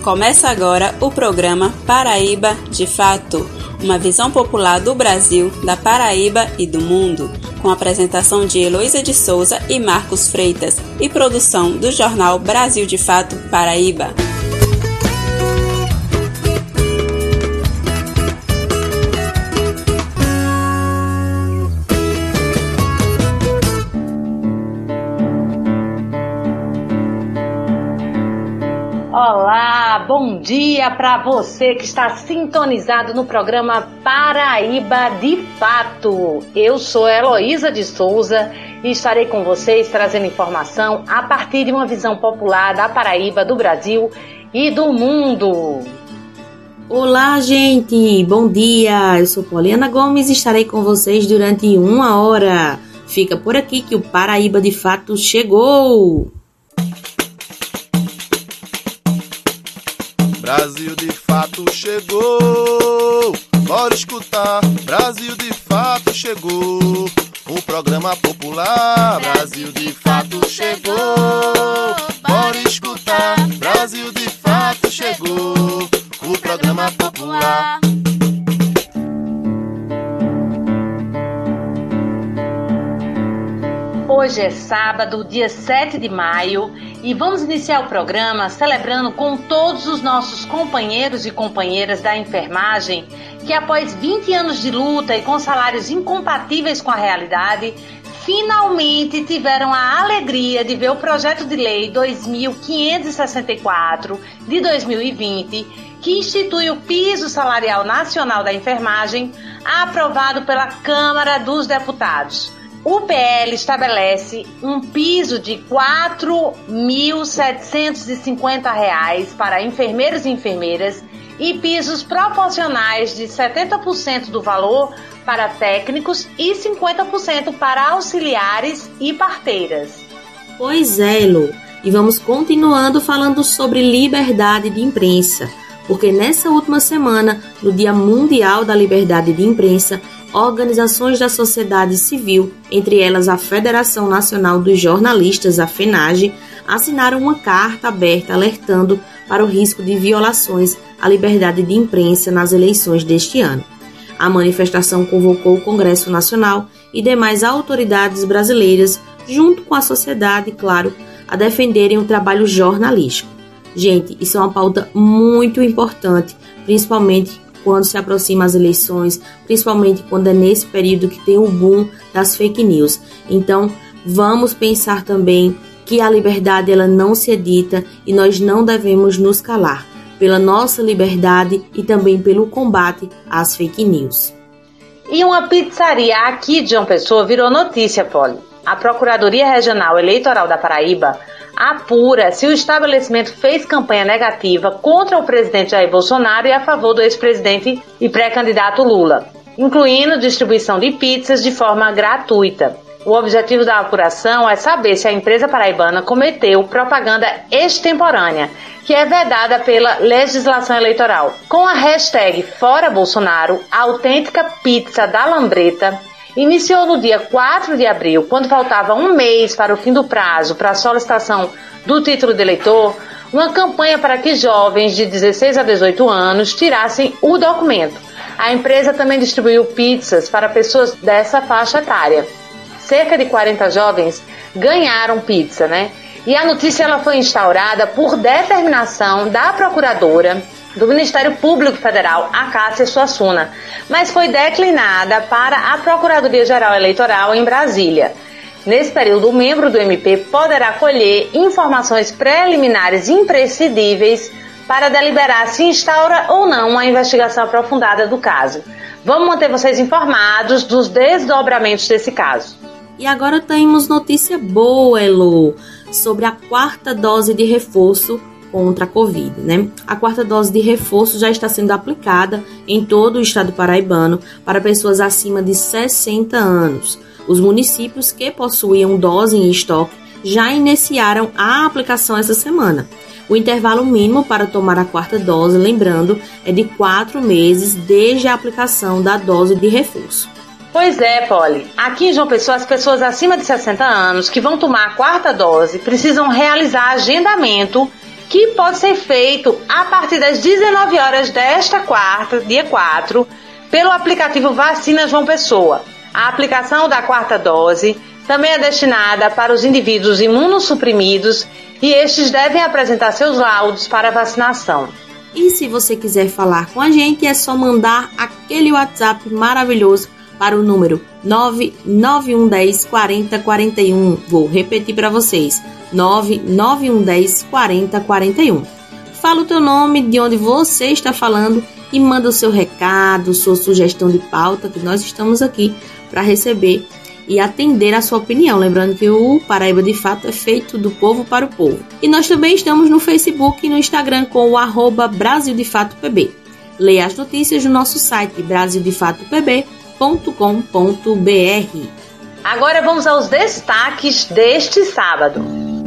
Começa agora o programa Paraíba de Fato, uma visão popular do Brasil, da Paraíba e do mundo, com a apresentação de Heloísa de Souza e Marcos Freitas e produção do jornal Brasil de Fato Paraíba. Olá, bom dia para você que está sintonizado no programa Paraíba de Fato. Eu sou Heloísa de Souza e estarei com vocês trazendo informação a partir de uma visão popular da Paraíba, do Brasil e do mundo. Olá, gente! Bom dia! Eu sou Poliana Gomes e estarei com vocês durante 1 hora. Fica por aqui que o Paraíba de Fato chegou! Brasil de Fato chegou, bora escutar. Brasil de Fato chegou, o programa popular. Brasil de Fato chegou, bora escutar. Brasil de Fato chegou, o programa popular. Hoje é sábado, dia 7 de maio, e vamos iniciar o programa celebrando com todos os nossos companheiros e companheiras da enfermagem que, após 20 anos de luta e com salários incompatíveis com a realidade, finalmente tiveram a alegria de ver o projeto de lei 2564 de 2020, que institui o piso salarial nacional da enfermagem, aprovado pela Câmara dos Deputados. O PL estabelece um piso de R$ 4.750 para enfermeiros e enfermeiras e pisos proporcionais de 70% do valor para técnicos e 50% para auxiliares e parteiras. Pois é, Elo, e vamos continuando falando sobre liberdade de imprensa, porque nessa última semana, no Dia Mundial da Liberdade de Imprensa, organizações da sociedade civil, entre elas a Federação Nacional dos Jornalistas, a FENAGE, assinaram uma carta aberta alertando para o risco de violações à liberdade de imprensa nas eleições deste ano. A manifestação convocou o Congresso Nacional e demais autoridades brasileiras, junto com a sociedade, claro, a defenderem o trabalho jornalístico. Gente, isso é uma pauta muito importante, principalmente quando se aproximam as eleições, principalmente quando é nesse período que tem o boom das fake news. Então, vamos pensar também que a liberdade ela não se edita e nós não devemos nos calar, pela nossa liberdade e também pelo combate às fake news. E uma pizzaria aqui de João Pessoa virou notícia, Poli. A Procuradoria Regional Eleitoral da Paraíba apura se o estabelecimento fez campanha negativa contra o presidente Jair Bolsonaro e a favor do ex-presidente e pré-candidato Lula, incluindo distribuição de pizzas de forma gratuita. O objetivo da apuração é saber se a empresa paraibana cometeu propaganda extemporânea, que é vedada pela legislação eleitoral. Com a hashtag Fora Bolsonaro, a autêntica pizza da Lambreta iniciou no dia 4 de abril, quando faltava um mês para o fim do prazo para a solicitação do título de eleitor, uma campanha para que jovens de 16 a 18 anos tirassem o documento. A empresa também distribuiu pizzas para pessoas dessa faixa etária. Cerca de 40 jovens ganharam pizza, E a notícia ela foi instaurada por determinação da procuradora do Ministério Público Federal, a Cássia Suassuna, mas foi declinada para a Procuradoria-Geral Eleitoral em Brasília. Nesse período, o membro do MP poderá colher informações preliminares imprescindíveis para deliberar se instaura ou não uma investigação aprofundada do caso. Vamos manter vocês informados dos desdobramentos desse caso. E agora temos notícia boa, Elo, sobre a 4ª dose de reforço contra a Covid, A 4ª dose de reforço já está sendo aplicada em todo o estado paraibano para pessoas acima de 60 anos. Os municípios que possuíam dose em estoque já iniciaram a aplicação essa semana. O intervalo mínimo para tomar a 4ª dose, lembrando, é de 4 meses desde a aplicação da dose de reforço. Pois é, Poli. Aqui em João Pessoa, as pessoas acima de 60 anos que vão tomar a 4ª dose precisam realizar agendamento que pode ser feito a partir das 19 horas desta quarta, dia 4, pelo aplicativo Vacina João Pessoa. A aplicação da quarta dose também é destinada para os indivíduos imunossuprimidos e estes devem apresentar seus laudos para vacinação. E se você quiser falar com a gente, é só mandar aquele WhatsApp maravilhoso para o número 99110 4041. Vou repetir para vocês, 99110 4041. Fala o teu nome, de onde você está falando e manda o seu recado, sua sugestão de pauta, que nós estamos aqui para receber e atender a sua opinião. Lembrando que o Paraíba de Fato é feito do povo para o povo. E nós também estamos no Facebook e no Instagram com o @BrasilDeFatoPB. Leia as notícias no nosso site brasildefatoPB.com.br. Agora vamos aos destaques deste sábado.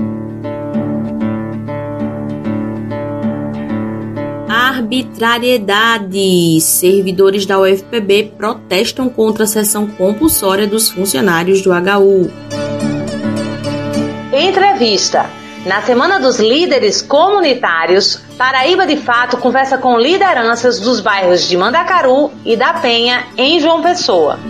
Arbitrariedade. Servidores da UFPB protestam contra a sessão compulsória dos funcionários do HU. Entrevista. Na Semana dos Líderes Comunitários, Paraíba de Fato conversa com lideranças dos bairros de Mandacaru e da Penha, em João Pessoa.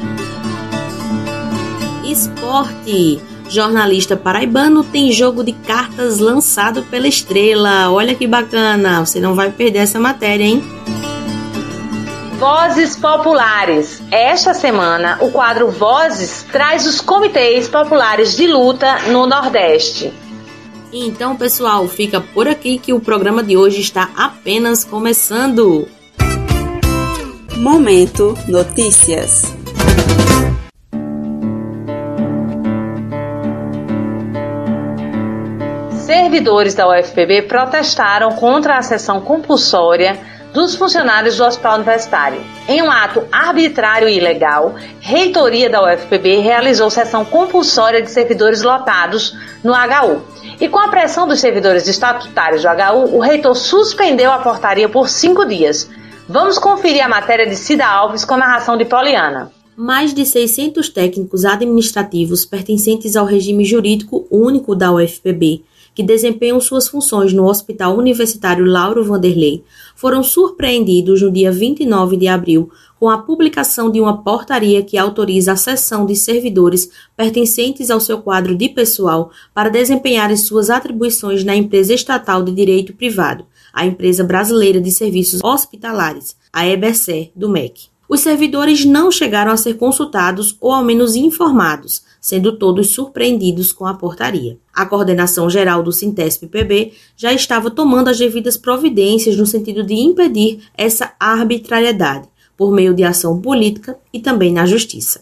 Esporte. Jornalista paraibano tem jogo de cartas lançado pela Estrela. Olha que bacana, você não vai perder essa matéria, hein? Vozes Populares. Esta semana, o quadro Vozes traz os comitês populares de luta no Nordeste. Então, pessoal, fica por aqui que o programa de hoje está apenas começando. Momento Notícias. Servidores da UFPB protestaram contra a sessão compulsória dos funcionários do Hospital Universitário. Em um ato arbitrário e ilegal, reitoria da UFPB realizou sessão compulsória de servidores lotados no HU. E com a pressão dos servidores estatutários do HU, o reitor suspendeu a portaria por 5 dias. Vamos conferir a matéria de Cida Alves com a narração de Poliana. Mais de 600 técnicos administrativos pertencentes ao regime jurídico único da UFPB, que desempenham suas funções no Hospital Universitário Lauro Vanderlei, foram surpreendidos no dia 29 de abril com a publicação de uma portaria que autoriza a cessão de servidores pertencentes ao seu quadro de pessoal para desempenharem suas atribuições na empresa estatal de direito privado, a Empresa Brasileira de Serviços Hospitalares, a EBSER, do MEC. Os servidores não chegaram a ser consultados ou ao menos informados, sendo todos surpreendidos com a portaria. A coordenação geral do Sintesp-PB já estava tomando as devidas providências no sentido de impedir essa arbitrariedade, por meio de ação política e também na justiça.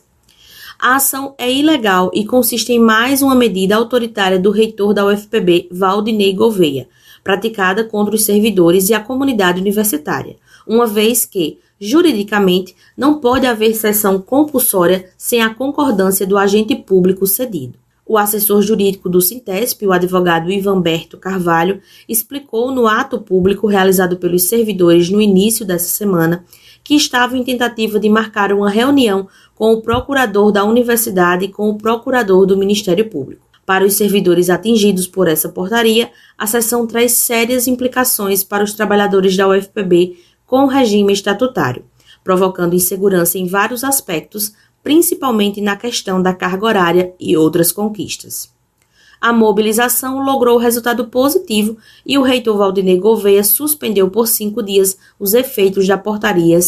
A ação é ilegal e consiste em mais uma medida autoritária do reitor da UFPB, Valdinei Gouveia, praticada contra os servidores e a comunidade universitária, uma vez que, juridicamente, não pode haver sessão compulsória sem a concordância do agente público cedido. O assessor jurídico do Sintesp, o advogado Ivanberto Carvalho, explicou no ato público realizado pelos servidores no início dessa semana que estavam em tentativa de marcar uma reunião com o procurador da universidade e com o procurador do Ministério Público. Para os servidores atingidos por essa portaria, a sessão traz sérias implicações para os trabalhadores da UFPB com o regime estatutário, provocando insegurança em vários aspectos, principalmente na questão da carga horária e outras conquistas. A mobilização logrou resultado positivo e o reitor Valdinei Gouveia suspendeu por 5 dias os efeitos da portaria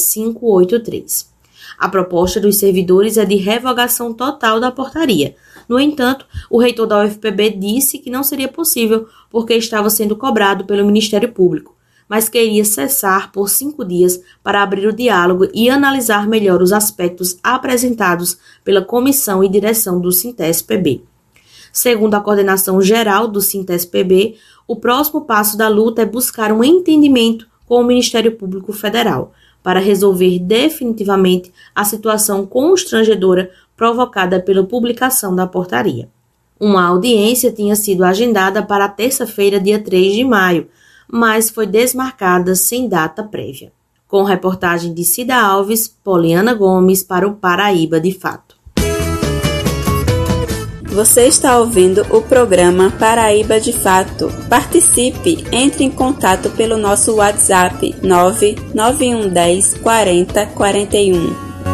583. A proposta dos servidores é de revogação total da portaria. No entanto, o reitor da UFPB disse que não seria possível porque estava sendo cobrado pelo Ministério Público, mas queria cessar por 5 dias para abrir o diálogo e analisar melhor os aspectos apresentados pela comissão e direção do Sintesp-PB. Segundo a coordenação geral do Sintesp-PB, o próximo passo da luta é buscar um entendimento com o Ministério Público Federal para resolver definitivamente a situação constrangedora provocada pela publicação da portaria. Uma audiência tinha sido agendada para a terça-feira, dia 3 de maio, mas foi desmarcada sem data prévia. Com reportagem de Cida Alves, Poliana Gomes para o Paraíba de Fato. Você está ouvindo o programa Paraíba de Fato. Participe, entre em contato pelo nosso WhatsApp 99110 40 41.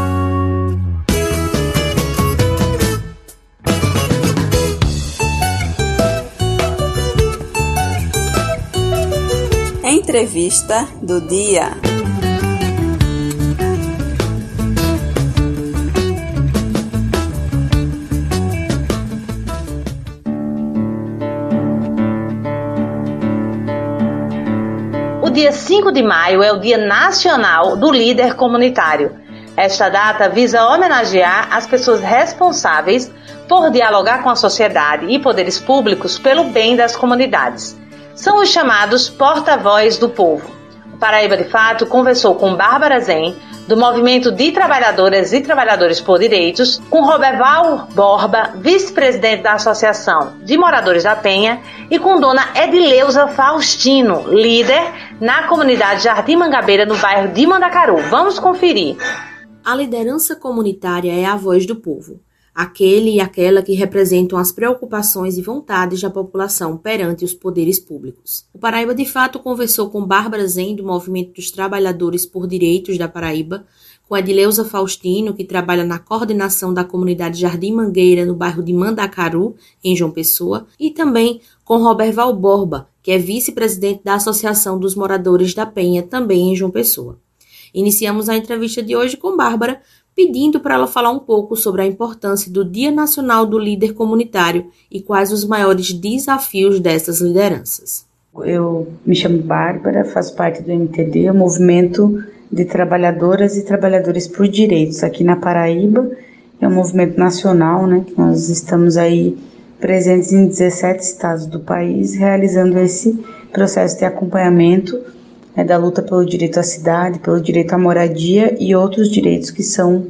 Entrevista do dia. O dia 5 de maio é o Dia Nacional do Líder Comunitário. Esta data visa homenagear as pessoas responsáveis por dialogar com a sociedade e poderes públicos pelo bem das comunidades. São os chamados porta-voz do povo. O Paraíba de Fato conversou com Bárbara Zen, do Movimento de Trabalhadoras e Trabalhadores por Direitos, com Roberval Borba, vice-presidente da Associação de Moradores da Penha, e com Dona Edileuza Faustino, líder na comunidade Jardim Mangabeira, no bairro de Mandacaru. Vamos conferir. A liderança comunitária é a voz do povo, aquele e aquela que representam as preocupações e vontades da população perante os poderes públicos. O Paraíba de Fato conversou com Bárbara Zen, do Movimento dos Trabalhadores por Direitos da Paraíba, com Edileuza Faustino, que trabalha na coordenação da comunidade Jardim Mangueira, no bairro de Mandacaru, em João Pessoa, e também com Roberval Borba, que é vice-presidente da Associação dos Moradores da Penha, também em João Pessoa. Iniciamos a entrevista de hoje com Bárbara, pedindo para ela falar um pouco sobre a importância do Dia Nacional do Líder Comunitário e quais os maiores desafios dessas lideranças. Eu me chamo Bárbara, faço parte do MTD, o Movimento de Trabalhadoras e Trabalhadores por Direitos, aqui na Paraíba. É um movimento nacional, né? Nós estamos aí presentes em 17 estados do país, realizando esse processo de acompanhamento da luta pelo direito à cidade, pelo direito à moradia e outros direitos que são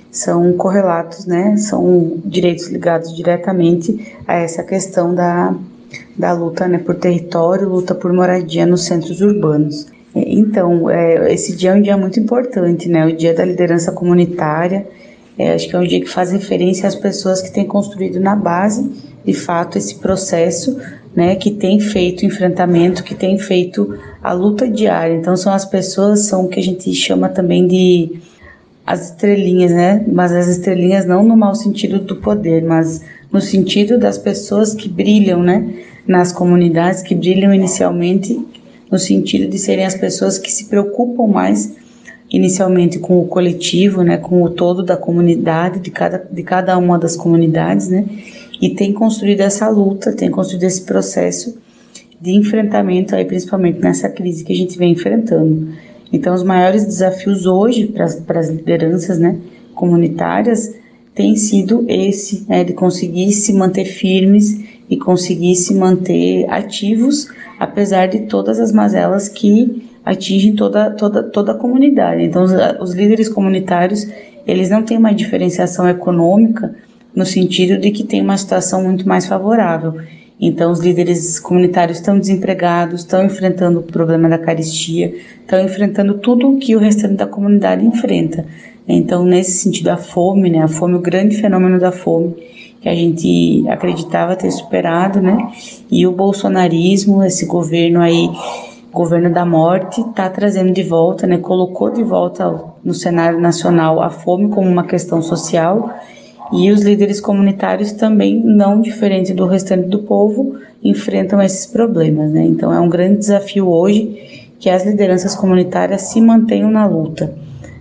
correlatos, né? São direitos ligados diretamente a essa questão da luta, né, por território, luta por moradia nos centros urbanos. Então, esse dia é um dia muito importante, né? O dia da liderança comunitária. Acho que é um dia que faz referência às pessoas que têm construído na base, de fato, esse processo, né, que tem feito enfrentamento, que tem feito a luta diária. Então são as pessoas, são o que a gente chama também de as estrelinhas, né? Mas as estrelinhas não no mau sentido do poder, mas no sentido das pessoas que brilham, né, nas comunidades, que brilham inicialmente no sentido de serem as pessoas que se preocupam mais inicialmente com o coletivo, né, com o todo da comunidade, de cada uma das comunidades, né? E tem construído essa luta, tem construído esse processo de enfrentamento, aí, principalmente nessa crise que a gente vem enfrentando. Então, os maiores desafios hoje para as lideranças, né, comunitárias tem sido esse, de conseguir se manter firmes e conseguir se manter ativos, apesar de todas as mazelas que atingem toda a comunidade. Então, os líderes comunitários, eles não têm uma diferenciação econômica, no sentido de que tem uma situação muito mais favorável. Então, os líderes comunitários estão desempregados, estão enfrentando o problema da carestia, estão enfrentando tudo o que o restante da comunidade enfrenta. Então, nesse sentido, a fome, né, o grande fenômeno da fome, que a gente acreditava ter superado, né, e o bolsonarismo, esse governo aí, governo da morte, está trazendo de volta, né, colocou de volta no cenário nacional a fome como uma questão social. E os líderes comunitários também, não diferente do restante do povo, enfrentam esses problemas, né? Então é um grande desafio hoje que as lideranças comunitárias se mantenham na luta,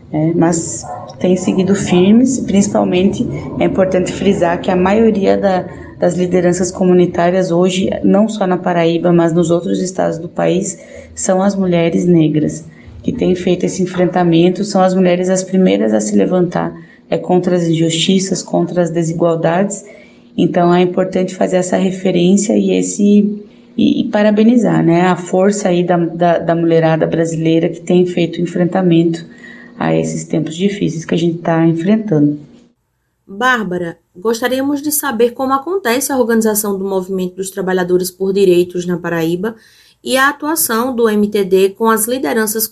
mas têm seguido firmes. Principalmente é importante frisar que a maioria das lideranças comunitárias hoje, não só na Paraíba, mas nos outros estados do país, são as mulheres negras que têm feito esse enfrentamento, são as mulheres as primeiras a se levantar contra as injustiças, contra as desigualdades. Então é importante fazer essa referência e parabenizar, né, a força aí da mulherada brasileira que tem feito enfrentamento a esses tempos difíceis que a gente está enfrentando. Bárbara, gostaríamos de saber como acontece a organização do Movimento dos Trabalhadores por Direitos na Paraíba e a atuação do MTD com as lideranças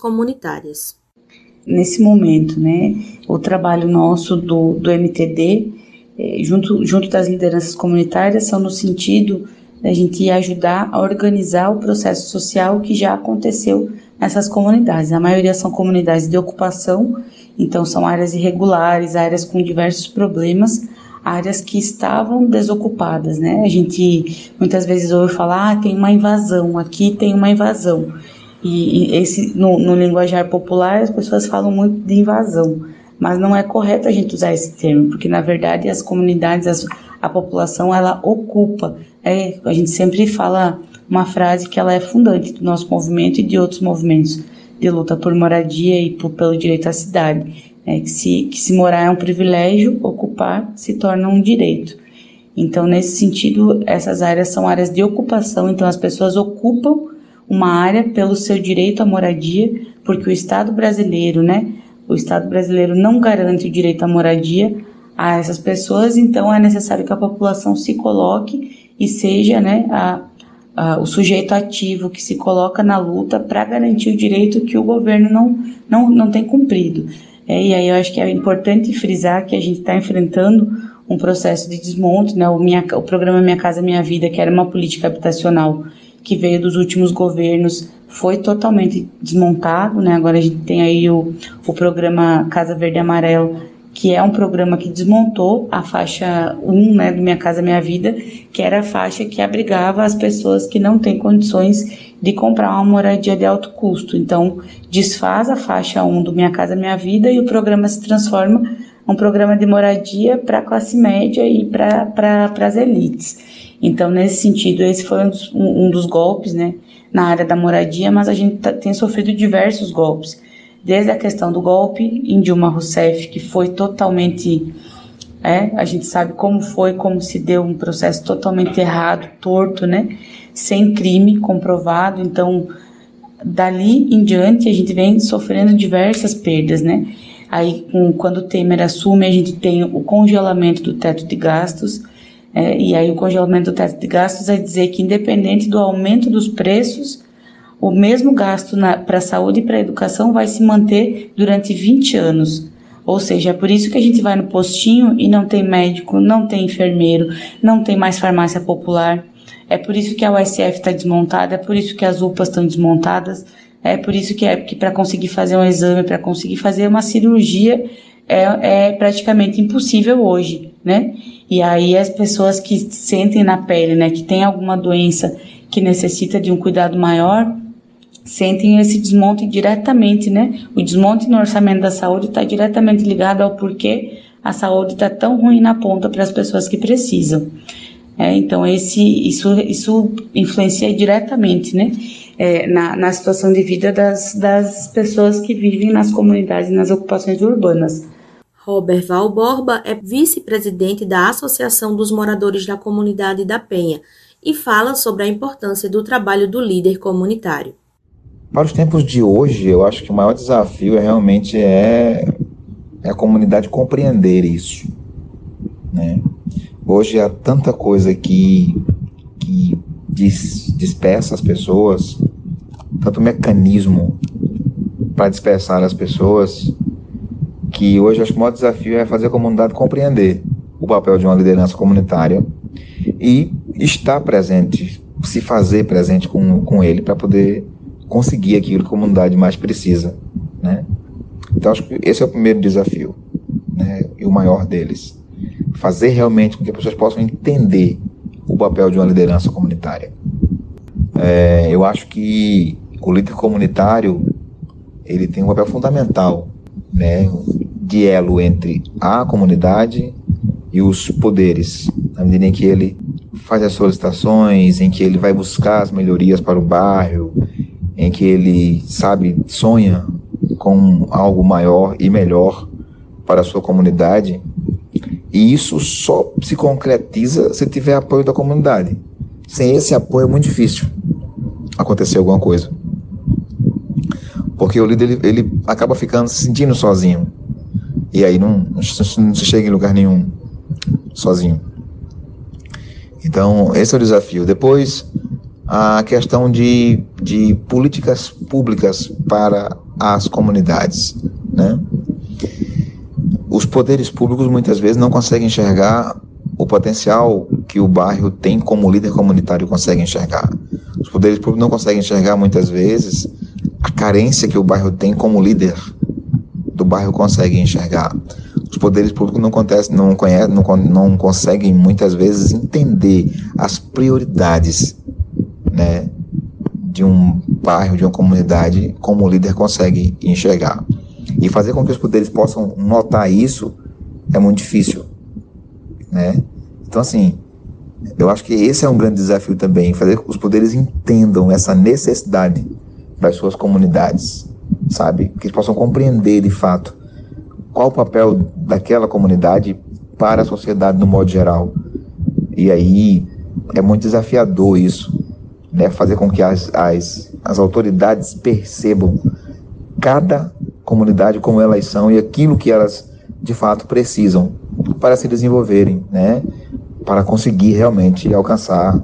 comunitárias. Nesse momento, né, o trabalho nosso do MTD, junto das lideranças comunitárias, são no sentido da gente ajudar a organizar o processo social que já aconteceu nessas comunidades. A maioria são comunidades de ocupação, então são áreas irregulares, áreas com diversos problemas, áreas que estavam desocupadas, né? A gente muitas vezes ouve falar, tem uma invasão, aqui tem uma invasão. E esse, no linguajar popular, as pessoas falam muito de invasão, mas não é correto a gente usar esse termo, porque na verdade as comunidades, a população, ela ocupa. A gente sempre fala uma frase que ela é fundante do nosso movimento e de outros movimentos de luta por moradia e pelo direito à cidade. Que se morar é um privilégio, ocupar se torna um direito. Então, nesse sentido, essas áreas são áreas de ocupação, então as pessoas ocupam uma área pelo seu direito à moradia, porque o Estado brasileiro, o Estado brasileiro não garante o direito à moradia a essas pessoas, então é necessário que a população se coloque e seja o sujeito ativo que se coloca na luta para garantir o direito que o governo não tem cumprido. E aí eu acho que é importante frisar que a gente está enfrentando um processo de desmonte, o programa Minha Casa Minha Vida, que era uma política habitacional que veio dos últimos governos, foi totalmente desmontado, Agora a gente tem aí o programa Casa Verde e Amarelo, que é um programa que desmontou a faixa 1, do Minha Casa Minha Vida, que era a faixa que abrigava as pessoas que não têm condições de comprar uma moradia de alto custo. Então, desfaz a faixa 1 do Minha Casa Minha Vida e o programa se transforma um programa de moradia para a classe média e para as elites. Então, nesse sentido, esse foi um dos golpes, na área da moradia, mas a gente tem sofrido diversos golpes. Desde a questão do golpe em Dilma Rousseff, que foi totalmente, a gente sabe como se deu um processo totalmente errado, torto, sem crime comprovado. Então, dali em diante, a gente vem sofrendo diversas perdas, Aí, quando o Temer assume, a gente tem o congelamento do teto de gastos, e aí o congelamento do teto de gastos é dizer que, independente do aumento dos preços, o mesmo gasto para a saúde e para a educação vai se manter durante 20 anos. Ou seja, é por isso que a gente vai no postinho e não tem médico, não tem enfermeiro, não tem mais farmácia popular. É por isso que a USF está desmontada, é por isso que as UPAs estão desmontadas, é por isso que para conseguir fazer um exame, para conseguir fazer uma cirurgia, é praticamente impossível hoje, E aí as pessoas que sentem na pele, que tem alguma doença que necessita de um cuidado maior, sentem esse desmonte diretamente, O desmonte no orçamento da saúde está diretamente ligado ao porquê a saúde está tão ruim na ponta para as pessoas que precisam. Então, isso influencia diretamente, na situação de vida das pessoas que vivem nas comunidades e nas ocupações urbanas. Roberval Borba é vice-presidente da Associação dos Moradores da Comunidade da Penha e fala sobre a importância do trabalho do líder comunitário. Para os tempos de hoje, eu acho que o maior desafio realmente a comunidade compreender isso, Hoje há tanta coisa que dispersa as pessoas, tanto mecanismo para dispersar as pessoas, que hoje acho que o maior desafio é fazer a comunidade compreender o papel de uma liderança comunitária e estar presente, se fazer presente com ele para poder conseguir aquilo que a comunidade mais precisa, Então acho que esse é o primeiro desafio, e o maior deles. Fazer realmente com que as pessoas possam entender o papel de uma liderança comunitária. Eu acho que o líder comunitário ele tem um papel fundamental, de elo entre a comunidade e os poderes, na medida em que ele faz as solicitações, em que ele vai buscar as melhorias para o bairro, em que ele, sonha com algo maior e melhor para a sua comunidade. E isso só se concretiza se tiver apoio da comunidade. Sem esse apoio é muito difícil acontecer alguma coisa. Porque o líder ele acaba ficando se sentindo sozinho. E aí não se chega em lugar nenhum sozinho. Então, esse é o desafio. Depois, a questão de políticas públicas para as comunidades, os poderes públicos muitas vezes não conseguem enxergar o potencial que o bairro tem como líder comunitário consegue enxergar. Os poderes públicos não conseguem enxergar muitas vezes a carência que o bairro tem como líder do bairro consegue enxergar. Os poderes públicos não conseguem muitas vezes entender as prioridades, né, de um bairro, de uma comunidade, como o líder consegue enxergar. E fazer com que os poderes possam notar isso é muito difícil, né? Então, assim, eu acho que esse é um grande desafio também, fazer com que os poderes entendam essa necessidade das suas comunidades, sabe? Que eles possam compreender, de fato, qual o papel daquela comunidade para a sociedade no modo geral. E aí é muito desafiador isso, né? Fazer com que as autoridades percebam cada comunidade como elas são e aquilo que elas de fato precisam para se desenvolverem, né? Para conseguir realmente alcançar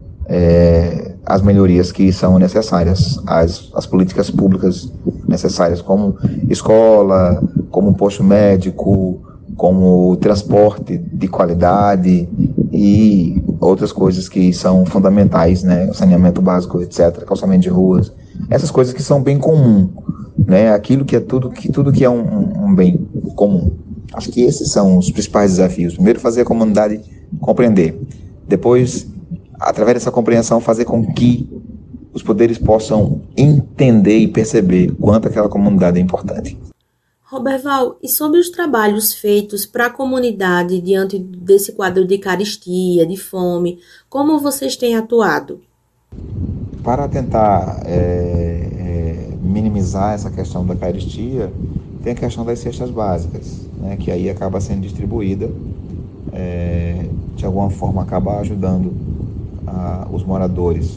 as melhorias que são necessárias, as políticas públicas necessárias, como escola, como posto médico, como transporte de qualidade e outras coisas que são fundamentais, né? O saneamento básico, etc., calçamento de ruas, essas coisas que são bem comum, né? Aquilo que é tudo que é um bem comum. Acho que esses são os principais desafios. Primeiro, fazer a comunidade compreender. Depois, através dessa compreensão, fazer com que os poderes possam entender e perceber quanto aquela comunidade é importante. Roberval, e sobre os trabalhos feitos para a comunidade diante desse quadro de carestia, de fome, como vocês têm atuado? Para tentar minimizar essa questão da carestia, tem a questão das cestas básicas, né, que aí acaba sendo distribuída, de alguma forma acaba ajudando os moradores.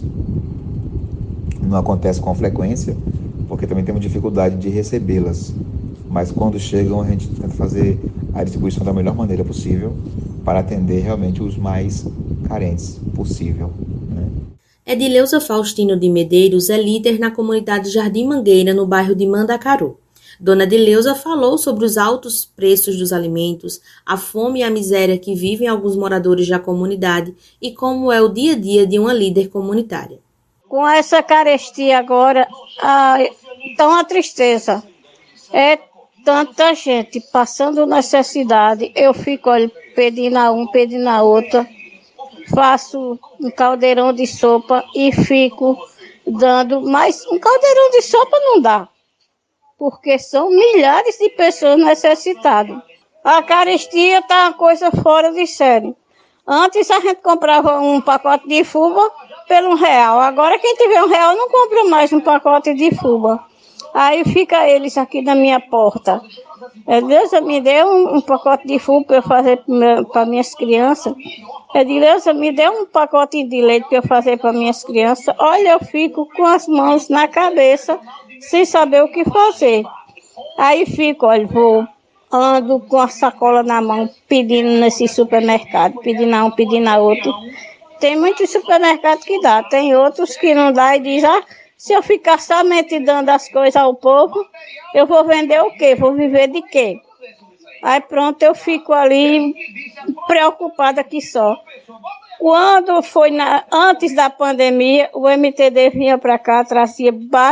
Não acontece com frequência, porque também temos dificuldade de recebê-las, mas quando chegam a gente tenta fazer a distribuição da melhor maneira possível para atender realmente os mais carentes possível, né? Edileuza Faustino de Medeiros é líder na comunidade Jardim Mangueira, no bairro de Mandacaru. Dona Edileuza falou sobre os altos preços dos alimentos, a fome e a miséria que vivem alguns moradores da comunidade e como é o dia a dia de uma líder comunitária. Com essa carestia agora, tá uma tristeza. É tanta gente passando necessidade, eu fico pedindo a um, pedindo a outra. Faço um caldeirão de sopa e fico dando, mas um caldeirão de sopa não dá, porque são milhares de pessoas necessitadas. A carestia está uma coisa fora de série. Antes a gente comprava um pacote de fubá por R$1. Agora quem tiver R$1 não compra mais um pacote de fubá. Aí fica eles aqui na minha porta. Deus me deu um pacote de fubá para eu fazer para minhas crianças. Deus me deu um pacote de leite para eu fazer para minhas crianças. Olha, eu fico com as mãos na cabeça, sem saber o que fazer. Aí fico, ando com a sacola na mão, pedindo nesse supermercado, pedindo a um, pedindo a outro. Tem muitos supermercados que dá, tem outros que não dá e diz, se eu ficar somente dando as coisas ao povo, eu vou vender o quê? Vou viver de quê? Aí pronto, eu fico ali preocupada aqui só. Quando foi antes da pandemia, o MTD vinha para cá, trazia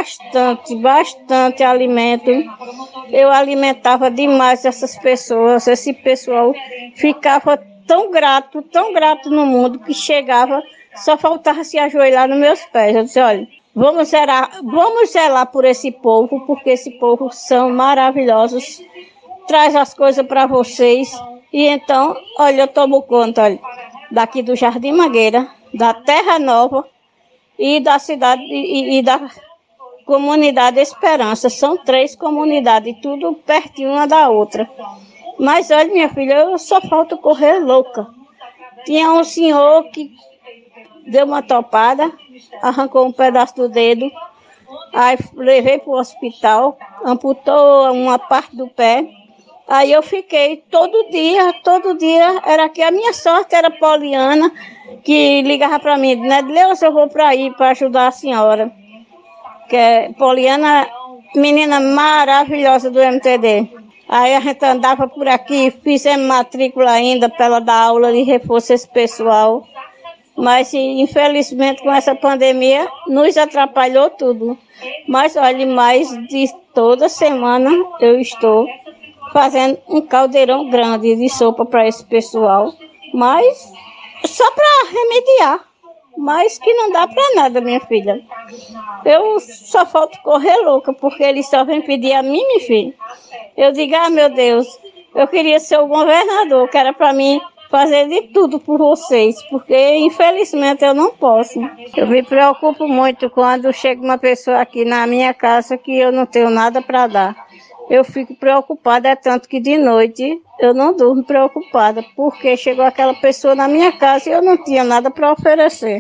bastante alimento. Eu alimentava demais essas pessoas, esse pessoal ficava tão grato no mundo que chegava, só faltava se ajoelhar nos meus pés. Eu disse, olha, vamos zelar por esse povo, porque esse povo são maravilhosos, traz as coisas para vocês. E então, olha, eu tomo conta, daqui do Jardim Mangueira, da Terra Nova e da cidade e da comunidade Esperança. São 3 comunidades, tudo pertinho uma da outra. Mas olha, minha filha, eu só falta correr louca. Tinha um senhor que deu uma topada, arrancou um pedaço do dedo, aí levei para o hospital, amputou uma parte do pé. Aí eu fiquei todo dia, era que a minha sorte era Poliana, que ligava para mim, né? Edileuza, eu vou para aí para ajudar a senhora. Que é Poliana, menina maravilhosa do MTD. Aí a gente andava por aqui, fizemos matrícula ainda para ela dar aula de reforço a esse pessoal. Mas, infelizmente, com essa pandemia, nos atrapalhou tudo. Mas, olha, mais de toda semana eu estou fazendo um caldeirão grande de sopa para esse pessoal. Mas, só para remediar. Mas que não dá para nada, minha filha. Eu só falta correr louca, porque eles só vêm pedir a mim, minha filha. Eu digo, meu Deus, eu queria ser o governador, que era para mim fazer de tudo por vocês, porque infelizmente eu não posso. Eu me preocupo muito quando chega uma pessoa aqui na minha casa que eu não tenho nada para dar. Eu fico preocupada, é tanto que de noite eu não durmo preocupada, porque chegou aquela pessoa na minha casa e eu não tinha nada para oferecer.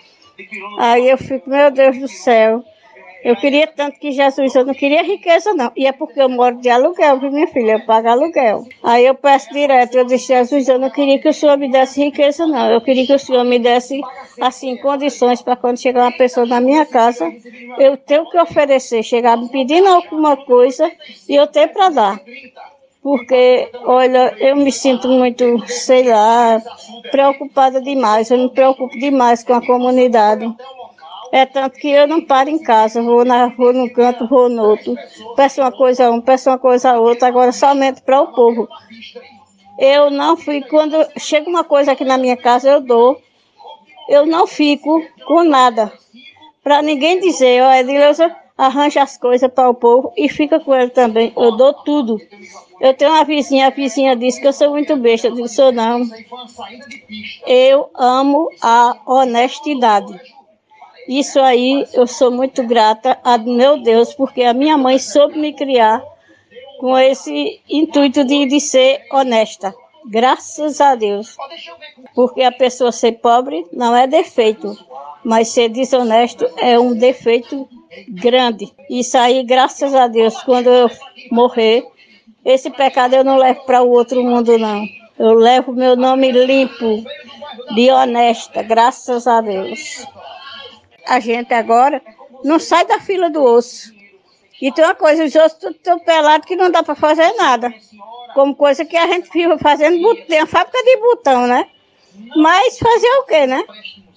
Aí eu fico, meu Deus do céu, eu queria tanto que Jesus, eu não queria riqueza não. E é porque eu moro de aluguel, viu, minha filha? Eu pago aluguel. Aí eu peço direto, eu disse, Jesus, eu não queria que o Senhor me desse riqueza não. Eu queria que o Senhor me desse, assim, condições para quando chegar uma pessoa na minha casa, eu tenho que oferecer, chegar me pedindo alguma coisa e eu tenho para dar. Porque, olha, eu me sinto muito, sei lá, preocupada demais. Eu me preocupo demais com a comunidade. É tanto que eu não paro em casa, vou num canto, vou no outro. Peço uma coisa a um, peço uma coisa a outra, agora somente para o povo. Eu não fico, quando chega uma coisa aqui na minha casa, eu dou. Eu não fico com nada. Para ninguém dizer, ó, Edileuza, arranja as coisas para o povo e fica com ele também. Eu dou tudo. Eu tenho uma vizinha, a vizinha disse que eu sou muito besta. Eu disse, sou não. Eu amo a honestidade. Isso aí, eu sou muito grata a meu Deus, porque a minha mãe soube me criar com esse intuito de ser honesta. Graças a Deus. Porque a pessoa ser pobre não é defeito, mas ser desonesto é um defeito grande. Isso aí, graças a Deus, quando eu morrer, esse pecado eu não levo para o outro mundo, não. Eu levo meu nome limpo, de honesta, graças a Deus. A gente agora não sai da fila do osso. E tem uma coisa, os ossos estão pelados que não dá para fazer nada. Como coisa que a gente fica fazendo, tem a fábrica de botão, né? Mas fazer o quê, né?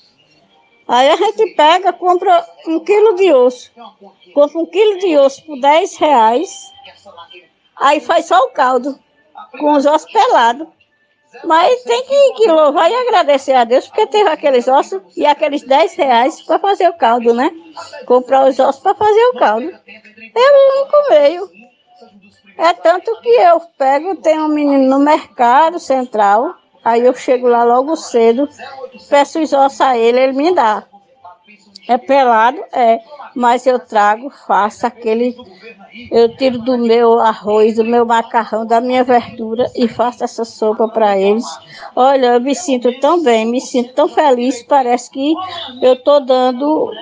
Aí a gente pega, compra 1 quilo de osso. Compra 1 quilo de osso por R$10. Aí faz só o caldo, com os ossos pelados. Mas tem que louvar e agradecer a Deus, porque teve aqueles ossos e aqueles R$10 para fazer o caldo, né? Comprar os ossos para fazer o caldo. É o único meio. É tanto que eu pego, tem um menino no mercado central, aí eu chego lá logo cedo, peço os ossos a ele, ele me dá. É pelado? É, mas eu trago, faço aquele, eu tiro do meu arroz, do meu macarrão, da minha verdura e faço essa sopa para eles. Olha, eu me sinto tão bem, me sinto tão feliz, parece que eu estou dando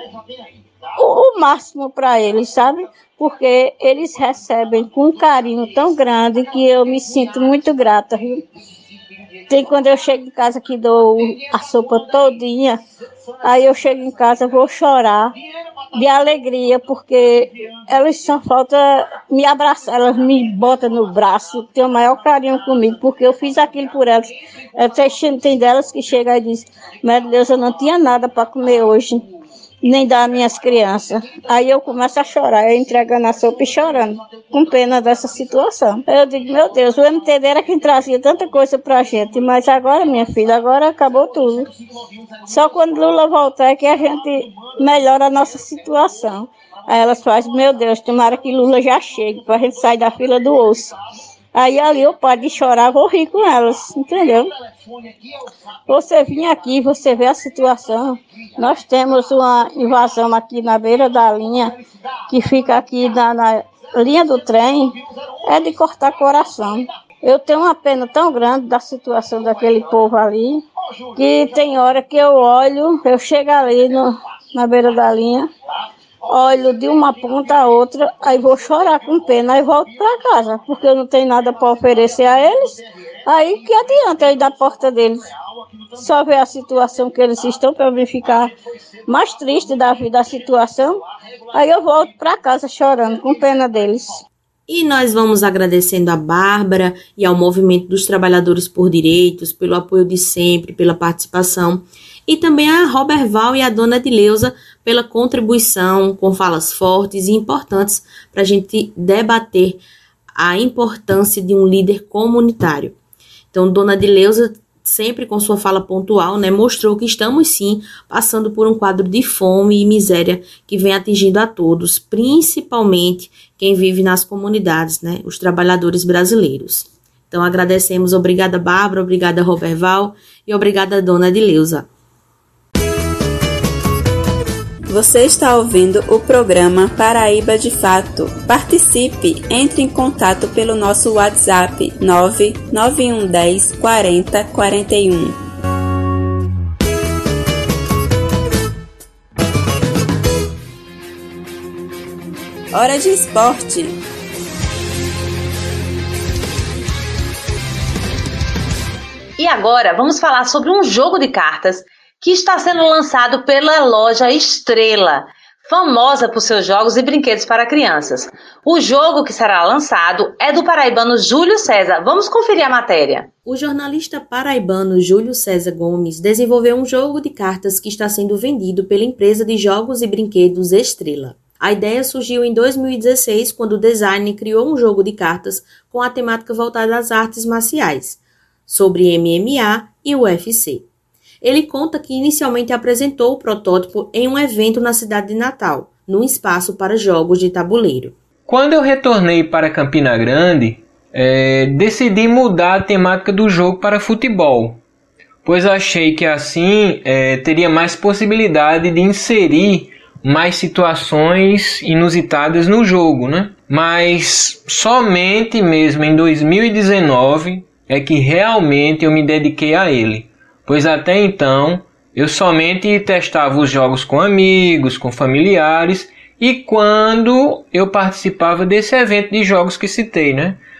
o máximo para eles, sabe? Porque eles recebem com um carinho tão grande que eu me sinto muito grata, viu? Tem quando eu chego em casa que dou a sopa todinha, aí eu chego em casa, vou chorar de alegria, porque elas só faltam me abraçar, elas me botam no braço, têm o maior carinho comigo, porque eu fiz aquilo por elas. Tem delas que chegam e dizem, meu Deus, eu não tinha nada para comer hoje, nem dar às minhas crianças. Aí eu começo a chorar, eu entregando a sopa e chorando, com pena dessa situação. Eu digo, meu Deus, o MTD era quem trazia tanta coisa pra gente, mas agora, minha filha, agora acabou tudo. Só quando Lula voltar é que a gente melhora a nossa situação. Aí elas fazem, meu Deus, tomara que Lula já chegue, pra gente sair da fila do osso. Aí ali eu paro de chorar, vou rir com elas, entendeu? Você vem aqui, você vê a situação. Nós temos uma invasão aqui na beira da linha, que fica aqui na linha do trem, é de cortar coração. Eu tenho uma pena tão grande da situação daquele povo ali, que tem hora que eu olho, eu chego ali na beira da linha, olho de uma ponta a outra, aí vou chorar com pena, aí volto para casa, porque eu não tenho nada para oferecer a eles, aí que adianta eu ir da porta deles? Só ver a situação que eles estão para mim ficar mais triste da situação, aí eu volto para casa chorando, com pena deles. E nós vamos agradecendo a Bárbara e ao Movimento dos Trabalhadores por Direitos pelo apoio de sempre, pela participação, e também a Roberval e a Dona Adileuza pela contribuição com falas fortes e importantes para a gente debater a importância de um líder comunitário. Então, Dona Adileuza, sempre com sua fala pontual, mostrou que estamos sim passando por um quadro de fome e miséria que vem atingindo a todos, principalmente quem vive nas comunidades, os trabalhadores brasileiros. Então, agradecemos. Obrigada, Bárbara, obrigada, Roberval, e obrigada, Dona Adileuza. Você está ouvindo o programa Paraíba de Fato. Participe, entre em contato pelo nosso WhatsApp 99110 40 41. Hora de esporte. E agora vamos falar sobre um jogo de cartas que está sendo lançado pela loja Estrela, famosa por seus jogos e brinquedos para crianças. O jogo que será lançado é do paraibano Júlio César. Vamos conferir a matéria. O jornalista paraibano Júlio César Gomes desenvolveu um jogo de cartas que está sendo vendido pela empresa de jogos e brinquedos Estrela. A ideia surgiu em 2016, quando o designer criou um jogo de cartas com a temática voltada às artes marciais, sobre MMA e UFC. Ele conta que inicialmente apresentou o protótipo em um evento na cidade de Natal, num espaço para jogos de tabuleiro. Quando eu retornei para Campina Grande, decidi mudar a temática do jogo para futebol, pois achei que assim teria mais possibilidade de inserir mais situações inusitadas no jogo, Mas somente mesmo em 2019 é que realmente eu me dediquei a ele. Pois até então eu somente testava os jogos com amigos, com familiares e quando eu participava desse evento de jogos que citei,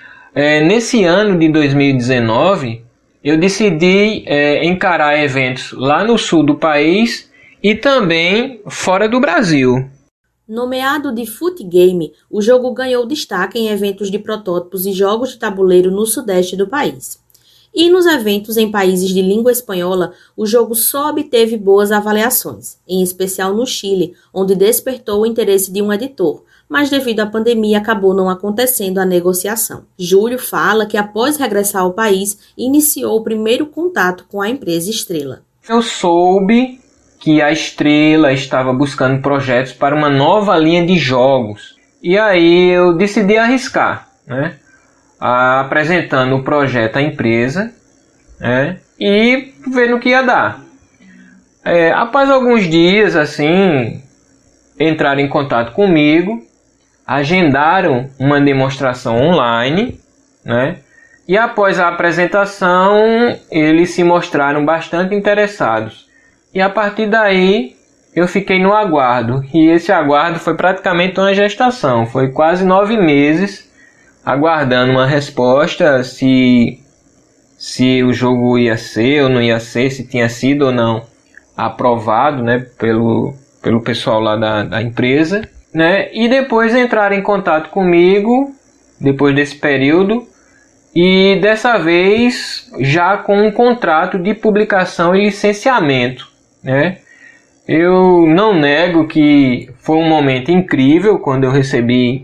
Nesse ano de 2019 eu decidi encarar eventos lá no sul do país e também fora do Brasil. Nomeado de Foot Game, o jogo ganhou destaque em eventos de protótipos e jogos de tabuleiro no sudeste do país. E nos eventos em países de língua espanhola, o jogo só obteve boas avaliações, em especial no Chile, onde despertou o interesse de um editor, mas devido à pandemia acabou não acontecendo a negociação. Júlio fala que após regressar ao país, iniciou o primeiro contato com a empresa Estrela. Eu soube que a Estrela estava buscando projetos para uma nova linha de jogos, e aí eu decidi arriscar, apresentando o projeto à empresa e vendo o que ia dar. Após alguns dias assim, entraram em contato comigo, agendaram uma demonstração online, e após a apresentação eles se mostraram bastante interessados. E a partir daí eu fiquei no aguardo, e esse aguardo foi praticamente uma gestação, foi quase 9 meses aguardando uma resposta se o jogo ia ser ou não ia ser, se tinha sido ou não aprovado pelo pessoal lá da empresa, e depois entraram em contato comigo depois desse período e dessa vez já com um contrato de publicação e licenciamento, Eu não nego que foi um momento incrível quando eu recebi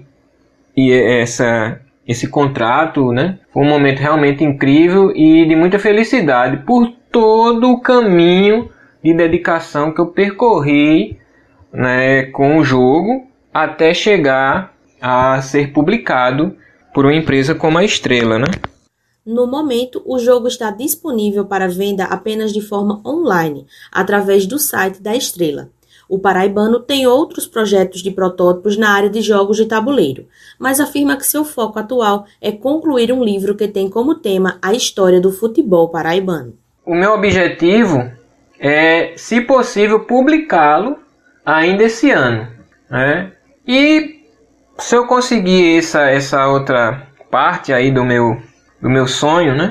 esse contrato, Foi um momento realmente incrível e de muita felicidade por todo o caminho de dedicação que eu percorri, com o jogo até chegar a ser publicado por uma empresa como a Estrela, No momento, o jogo está disponível para venda apenas de forma online, através do site da Estrela. O paraibano tem outros projetos de protótipos na área de jogos de tabuleiro, mas afirma que seu foco atual é concluir um livro que tem como tema a história do futebol paraibano. O meu objetivo é, se possível, publicá-lo ainda esse ano, E se eu conseguir essa outra parte aí do meu sonho,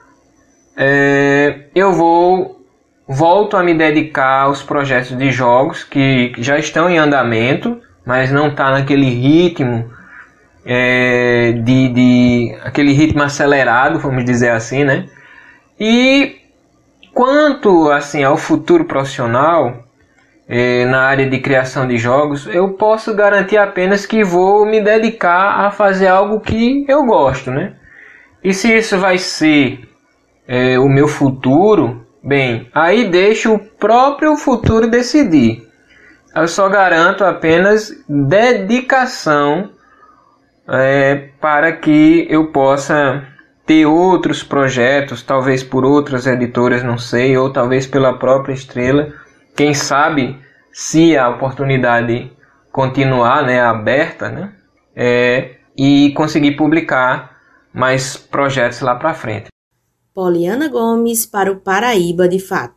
eu volto a me dedicar aos projetos de jogos que já estão em andamento, mas não está naquele ritmo de aquele ritmo acelerado, vamos dizer assim, né? E quanto assim ao futuro profissional na área de criação de jogos, eu posso garantir apenas que vou me dedicar a fazer algo que eu gosto, né? E se isso vai ser o meu futuro, bem, aí deixa o próprio futuro decidir. Eu só garanto apenas dedicação para que eu possa ter outros projetos, talvez por outras editoras, não sei, ou talvez pela própria Estrela. Quem sabe, se a oportunidade continuar, né, aberta, né, e conseguir publicar mais projetos lá para frente. Poliana Gomes para o Paraíba de Fato.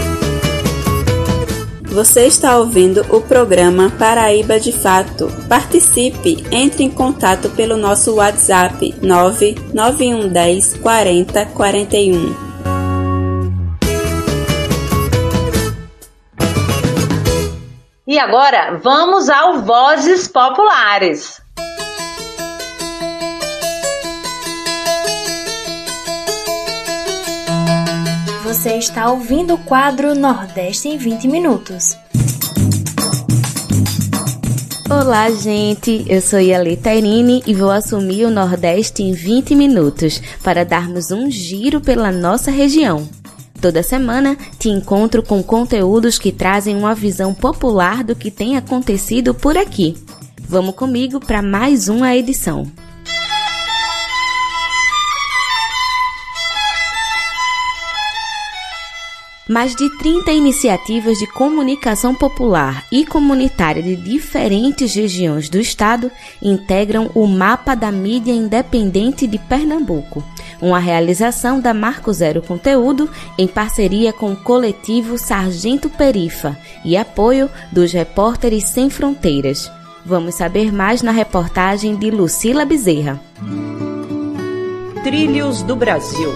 Você está ouvindo o programa Paraíba de Fato. Participe, entre em contato pelo nosso WhatsApp 99110 40 41. E agora, vamos ao Vozes Populares. Você está ouvindo o quadro Nordeste em 20 Minutos. Olá, gente! Eu sou Yali Tairine e vou assumir o Nordeste em 20 minutos para darmos um giro pela nossa região. Toda semana te encontro com conteúdos que trazem uma visão popular do que tem acontecido por aqui. Vamos comigo para mais uma edição. Mais de 30 iniciativas de comunicação popular e comunitária de diferentes regiões do estado integram o Mapa da Mídia Independente de Pernambuco, uma realização da Marco Zero Conteúdo em parceria com o coletivo Sargento Perifa e apoio dos Repórteres Sem Fronteiras. Vamos saber mais na reportagem de Lucila Bezerra. Trilhos do Brasil.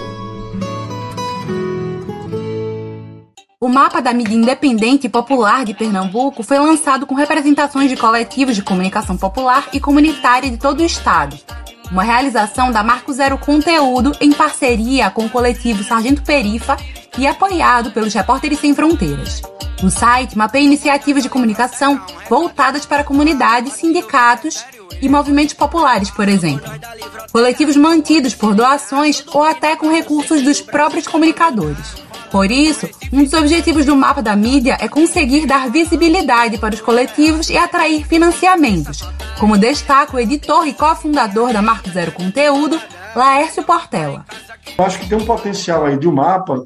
O Mapa da Mídia Independente e Popular de Pernambuco foi lançado com representações de coletivos de comunicação popular e comunitária de todo o estado. Uma realização da Marco Zero Conteúdo em parceria com o coletivo Sargento Perifa e apoiado pelos Repórteres Sem Fronteiras. O site mapeia iniciativas de comunicação voltadas para comunidades, sindicatos e movimentos populares, por exemplo. Coletivos mantidos por doações ou até com recursos dos próprios comunicadores. Por isso, um dos objetivos do Mapa da Mídia é conseguir dar visibilidade para os coletivos e atrair financiamentos, como destaca o editor e cofundador da Marco Zero Conteúdo, Laércio Portela. Eu acho que tem um potencial aí de o Mapa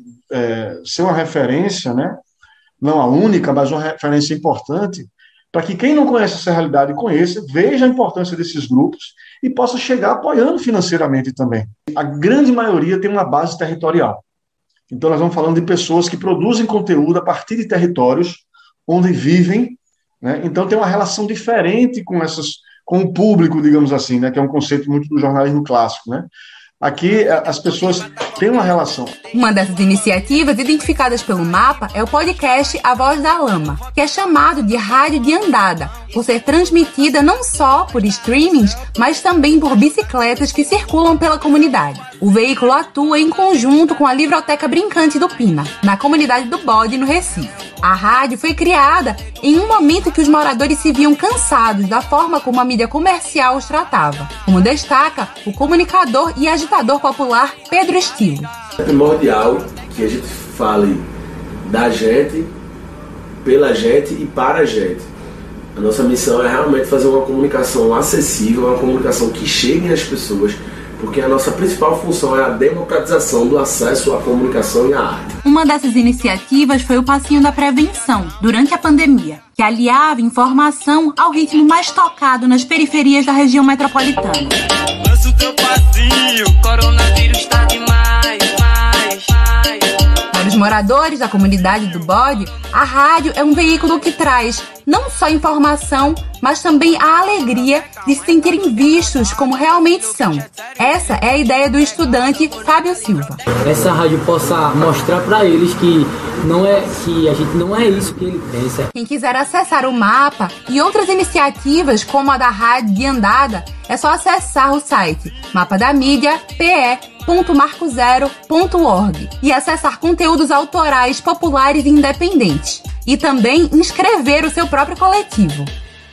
ser uma referência, né? Não a única, mas uma referência importante, para que quem não conhece essa realidade conheça, veja a importância desses grupos e possa chegar apoiando financeiramente também. A grande maioria tem uma base territorial. Então, nós vamos falando de pessoas que produzem conteúdo a partir de territórios onde vivem, né? Então, tem uma relação diferente com o público, digamos assim, né? Que é um conceito muito do jornalismo clássico, né? Aqui, as pessoas têm uma relação. Uma dessas iniciativas identificadas pelo Mapa é o podcast A Voz da Lama, que é chamado de rádio de andada, por ser transmitida não só por streamings, mas também por bicicletas que circulam pela comunidade. O veículo atua em conjunto com a Livroteca Brincante do Pina, na comunidade do Bode, no Recife. A rádio foi criada em um momento que os moradores se viam cansados da forma como a mídia comercial os tratava, como destaca o comunicador e agitador popular Pedro Estilo. É primordial que a gente fale da gente, pela gente e para a gente. A nossa missão é realmente fazer uma comunicação acessível, uma comunicação que chegue às pessoas, porque a nossa principal função é a democratização do acesso à comunicação e à arte. Uma dessas iniciativas foi o Passinho da Prevenção, durante a pandemia, que aliava informação ao ritmo mais tocado nas periferias da região metropolitana. Lança o teu passinho, coronavírus tá demais, moradores da comunidade do Bode, a rádio é um veículo que traz não só informação, mas também a alegria de se sentirem vistos como realmente são. Essa é a ideia do estudante Fábio Silva. Essa rádio possa mostrar para eles que a gente não é isso que ele pensa. Quem quiser acessar o mapa e outras iniciativas como a da Rádio de Andada, é só acessar o site mapadamídia.pe.marcozero.org e acessar conteúdos autorais, populares e independentes. E também inscrever o seu próprio coletivo.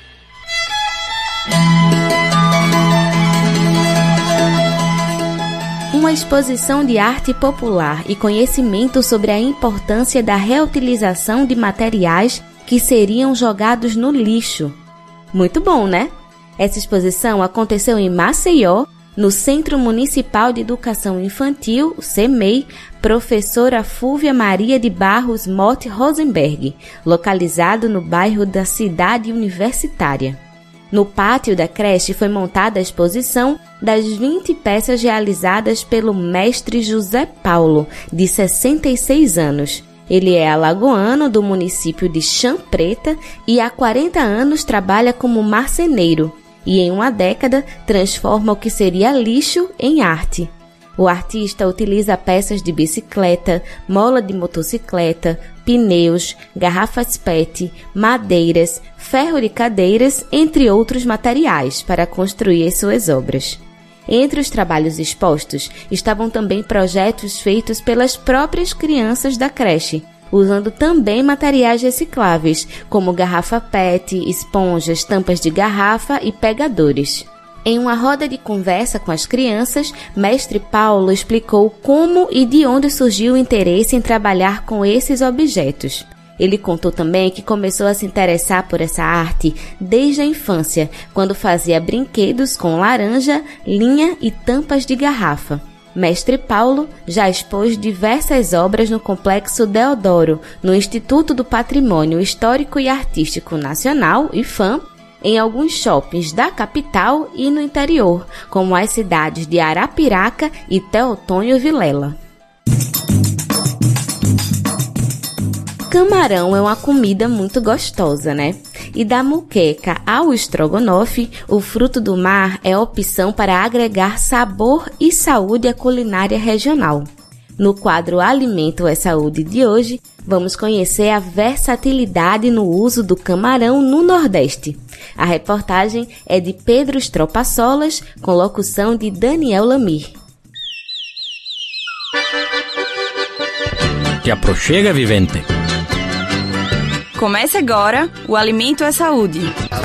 Uma exposição de arte popular e conhecimento sobre a importância da reutilização de materiais que seriam jogados no lixo. Muito bom, né? Essa exposição aconteceu em Maceió, no Centro Municipal de Educação Infantil, CEMEI, Professora Fúvia Maria de Barros Motte Rosenberg, localizado no bairro da Cidade Universitária. No pátio da creche foi montada a exposição das 20 peças realizadas pelo mestre José Paulo, de 66 anos. Ele é alagoano do município de Chã Preta e há 40 anos trabalha como marceneiro e em uma década transforma o que seria lixo em arte. O artista utiliza peças de bicicleta, mola de motocicleta, pneus, garrafas PET, madeiras, ferro de cadeiras, entre outros materiais, para construir suas obras. Entre os trabalhos expostos estavam também projetos feitos pelas próprias crianças da creche, usando também materiais recicláveis, como garrafa PET, esponjas, tampas de garrafa e pegadores. Em uma roda de conversa com as crianças, mestre Paulo explicou como e de onde surgiu o interesse em trabalhar com esses objetos. Ele contou também que começou a se interessar por essa arte desde a infância, quando fazia brinquedos com laranja, linha e tampas de garrafa. Mestre Paulo já expôs diversas obras no Complexo Deodoro, no Instituto do Patrimônio Histórico e Artístico Nacional, IFAM, em alguns shoppings da capital e no interior, como as cidades de Arapiraca e Teotônio Vilela. Camarão é uma comida muito gostosa, né? E da muqueca ao estrogonofe, o fruto do mar é opção para agregar sabor e saúde à culinária regional. No quadro Alimento é Saúde de hoje, vamos conhecer a versatilidade no uso do camarão no Nordeste. A reportagem é de Pedro Estropaçolas, com locução de Daniel Lamir. Te aproxega, vivente. Comece agora o Alimento é Saúde.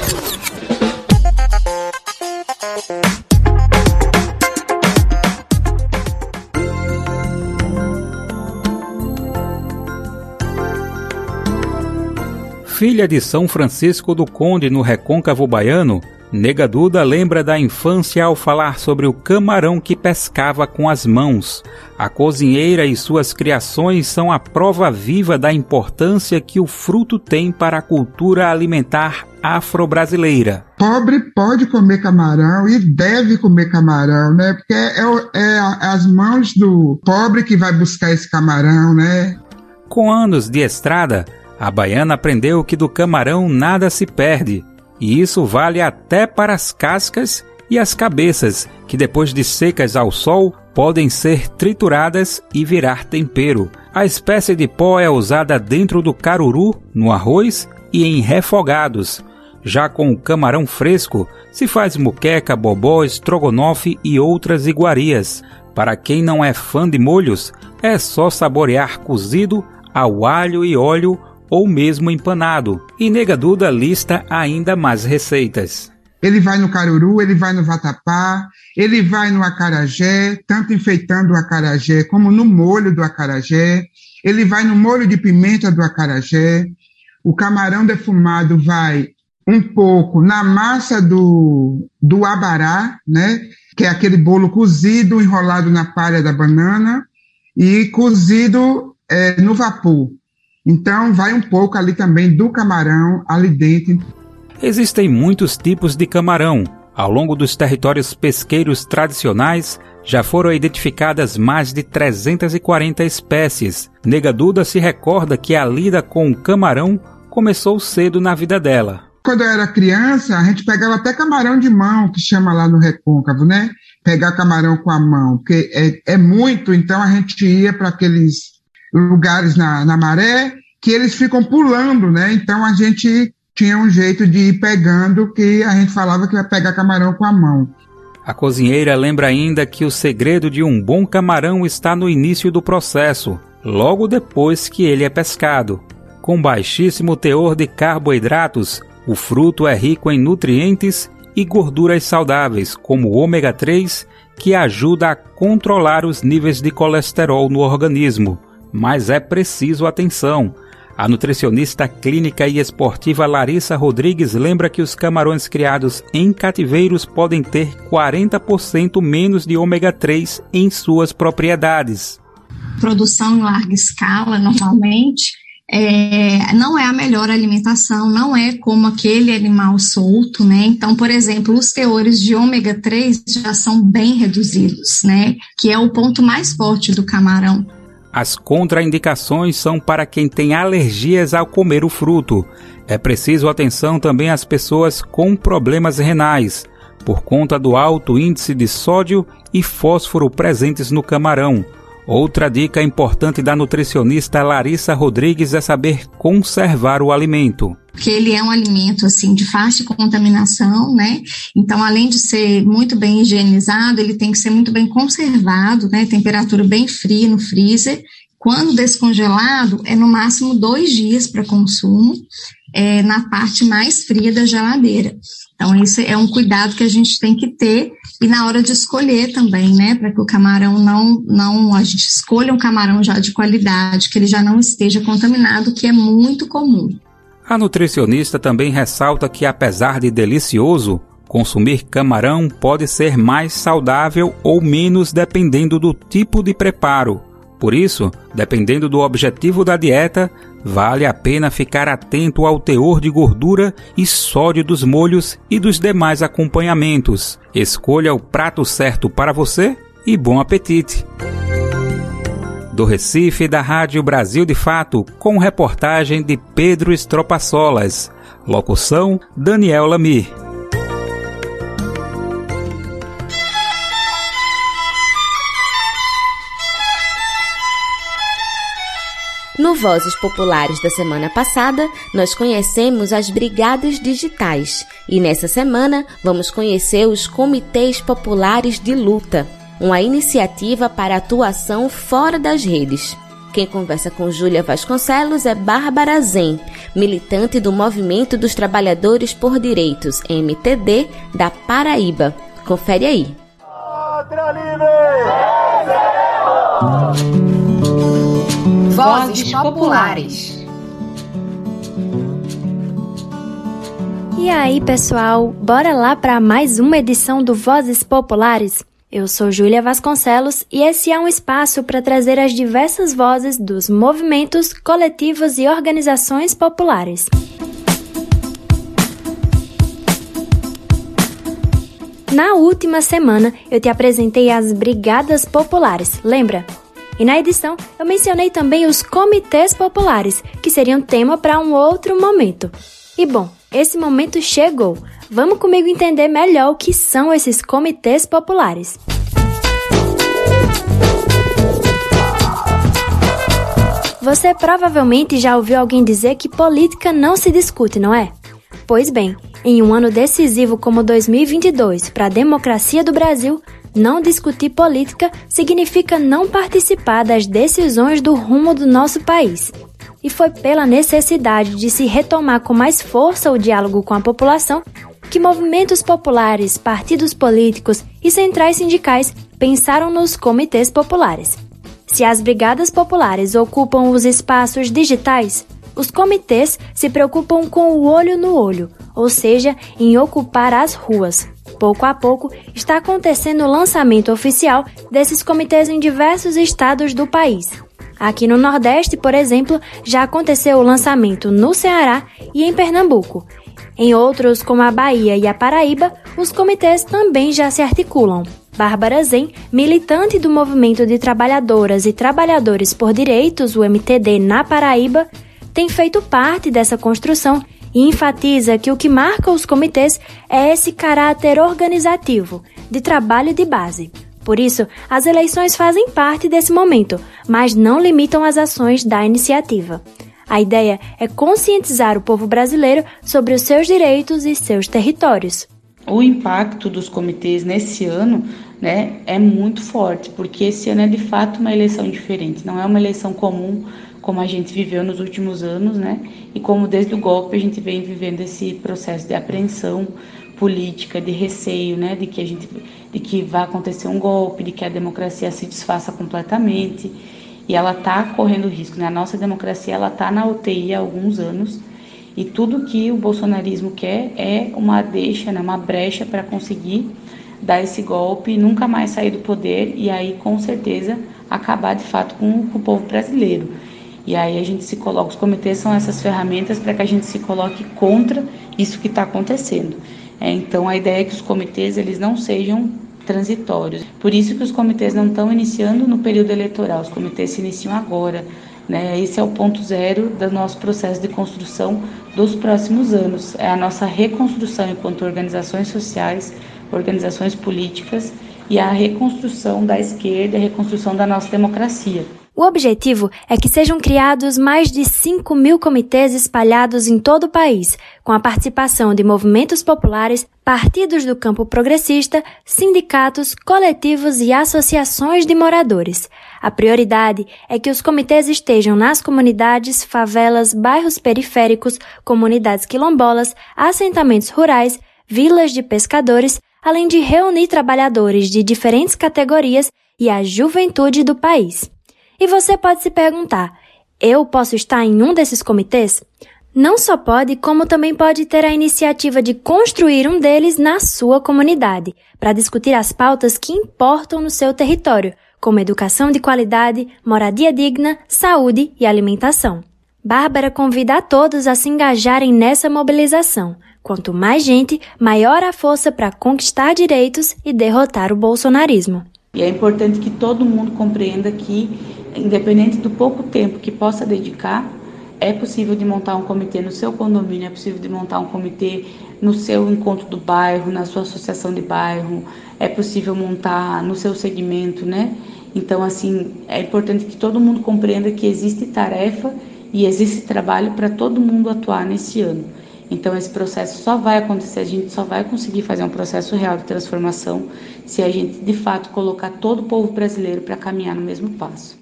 Filha de São Francisco do Conde no Recôncavo Baiano, Nega Duda lembra da infância ao falar sobre o camarão que pescava com as mãos. A cozinheira e suas criações são a prova viva da importância que o fruto tem para a cultura alimentar afro-brasileira. Pobre pode comer camarão e deve comer camarão, né? Porque é as mãos do pobre que vai buscar esse camarão, né? Com anos de estrada, a baiana aprendeu que do camarão nada se perde. E isso vale até para as cascas e as cabeças, que depois de secas ao sol, podem ser trituradas e virar tempero. A espécie de pó é usada dentro do caruru, no arroz e em refogados. Já com o camarão fresco, se faz muqueca, bobó, estrogonofe e outras iguarias. Para quem não é fã de molhos, é só saborear cozido ao alho e óleo ou mesmo empanado. E Nega Duda lista ainda mais receitas. Ele vai no caruru, ele vai no vatapá, ele vai no acarajé, tanto enfeitando o acarajé como no molho do acarajé. Ele vai no molho de pimenta do acarajé. O camarão defumado vai um pouco na massa do abará, né? Que é aquele bolo cozido, enrolado na palha da banana e cozido no vapor. Então, vai um pouco ali também do camarão ali dentro. Existem muitos tipos de camarão. Ao longo dos territórios pesqueiros tradicionais, já foram identificadas mais de 340 espécies. Nega Duda se recorda que a lida com o camarão começou cedo na vida dela. Quando eu era criança, a gente pegava até camarão de mão, que chama lá no Recôncavo, né? Pegar camarão com a mão, porque é muito, então a gente ia para aqueles lugares na maré que eles ficam pulando, né? Então a gente tinha um jeito de ir pegando, que a gente falava que ia pegar camarão com a mão. A cozinheira lembra ainda que o segredo de um bom camarão está no início do processo, logo depois que ele é pescado. Com baixíssimo teor de carboidratos, o fruto é rico em nutrientes e gorduras saudáveis, como o ômega 3, que ajuda a controlar os níveis de colesterol no organismo. Mas é preciso atenção. A nutricionista clínica e esportiva Larissa Rodrigues lembra que os camarões criados em cativeiros podem ter 40% menos de ômega 3 em suas propriedades. Produção em larga escala, normalmente, não é a melhor alimentação, não é como aquele animal solto, né? Então, por exemplo, os teores de ômega 3 já são bem reduzidos, né? Que é o ponto mais forte do camarão. As contraindicações são para quem tem alergias ao comer o fruto. É preciso atenção também às pessoas com problemas renais, por conta do alto índice de sódio e fósforo presentes no camarão. Outra dica importante da nutricionista Larissa Rodrigues é saber conservar o alimento. Porque ele é um alimento assim de fácil contaminação, né? Então, além de ser muito bem higienizado, ele tem que ser muito bem conservado, né? Temperatura bem fria no freezer. Quando descongelado, é no máximo 2 dias para consumo, na parte mais fria da geladeira. Então, esse é um cuidado que a gente tem que ter, e na hora de escolher também, né, para que o camarão a gente escolha um camarão já de qualidade, que ele já não esteja contaminado, que é muito comum. A nutricionista também ressalta que, apesar de delicioso, consumir camarão pode ser mais saudável ou menos dependendo do tipo de preparo. Por isso, dependendo do objetivo da dieta, vale a pena ficar atento ao teor de gordura e sódio dos molhos e dos demais acompanhamentos. Escolha o prato certo para você e bom apetite! Do Recife, da Rádio Brasil de Fato, com reportagem de Pedro Estropaçolas. Locução, Daniel Lamir. No Vozes Populares da semana passada, nós conhecemos as Brigadas Digitais e nessa semana vamos conhecer os Comitês Populares de Luta, uma iniciativa para atuação fora das redes. Quem conversa com Júlia Vasconcelos é Bárbara Zen, militante do Movimento dos Trabalhadores por Direitos, MTD, da Paraíba. Confere aí. Vozes Populares. E aí, pessoal, bora lá para mais uma edição do Vozes Populares? Eu sou Júlia Vasconcelos e esse é um espaço para trazer as diversas vozes dos movimentos, coletivos e organizações populares. Na última semana, eu te apresentei as Brigadas Populares, lembra? E na edição, eu mencionei também os Comitês Populares, que seriam tema para um outro momento. E bom, esse momento chegou. Vamos comigo entender melhor o que são esses Comitês Populares. Você provavelmente já ouviu alguém dizer que política não se discute, não é? Pois bem, em um ano decisivo como 2022 para a democracia do Brasil, não discutir política significa não participar das decisões do rumo do nosso país. E foi pela necessidade de se retomar com mais força o diálogo com a população que movimentos populares, partidos políticos e centrais sindicais pensaram nos comitês populares. Se as brigadas populares ocupam os espaços digitais, os comitês se preocupam com o olho no olho, ou seja, em ocupar as ruas. Pouco a pouco, está acontecendo o lançamento oficial desses comitês em diversos estados do país. Aqui no Nordeste, por exemplo, já aconteceu o lançamento no Ceará e em Pernambuco. Em outros, como a Bahia e a Paraíba, os comitês também já se articulam. Bárbara Zen, militante do Movimento de Trabalhadoras e Trabalhadores por Direitos, o MTD, na Paraíba, tem feito parte dessa construção e enfatiza que o que marca os comitês é esse caráter organizativo, de trabalho de base. Por isso, as eleições fazem parte desse momento, mas não limitam as ações da iniciativa. A ideia é conscientizar o povo brasileiro sobre os seus direitos e seus territórios. O impacto dos comitês nesse ano, é muito forte, porque esse ano é de fato uma eleição diferente, não é uma eleição comum como a gente viveu nos últimos anos, e como desde o golpe a gente vem vivendo esse processo de apreensão política, de receio, de que vai acontecer um golpe, de que a democracia se desfaça completamente, e ela está correndo risco, A nossa democracia ela está na UTI há alguns anos, e tudo que o bolsonarismo quer é uma deixa, uma brecha para conseguir dar esse golpe e nunca mais sair do poder, e aí com certeza acabar de fato com o povo brasileiro. E aí a gente se coloca, os comitês são essas ferramentas para que a gente se coloque contra isso que está acontecendo. Então a ideia é que os comitês eles não sejam transitórios. Por isso que os comitês não estão iniciando no período eleitoral, os comitês se iniciam agora. Esse é o ponto zero do nosso processo de construção dos próximos anos. É a nossa reconstrução enquanto organizações sociais, organizações políticas e a reconstrução da esquerda, a reconstrução da nossa democracia. O objetivo é que sejam criados mais de 5.000 comitês espalhados em todo o país, com a participação de movimentos populares, partidos do campo progressista, sindicatos, coletivos e associações de moradores. A prioridade é que os comitês estejam nas comunidades, favelas, bairros periféricos, comunidades quilombolas, assentamentos rurais, vilas de pescadores, além de reunir trabalhadores de diferentes categorias e a juventude do país. E você pode se perguntar, eu posso estar em um desses comitês? Não só pode, como também pode ter a iniciativa de construir um deles na sua comunidade, para discutir as pautas que importam no seu território, como educação de qualidade, moradia digna, saúde e alimentação. Bárbara convida a todos a se engajarem nessa mobilização. Quanto mais gente, maior a força para conquistar direitos e derrotar o bolsonarismo. E é importante que todo mundo compreenda que, independente do pouco tempo que possa dedicar, é possível de montar um comitê no seu condomínio, é possível de montar um comitê no seu encontro do bairro, na sua associação de bairro, é possível montar no seu segmento, Então, é importante que todo mundo compreenda que existe tarefa e existe trabalho para todo mundo atuar nesse ano. Então, esse processo só vai acontecer, a gente só vai conseguir fazer um processo real de transformação se a gente, de fato, colocar todo o povo brasileiro para caminhar no mesmo passo.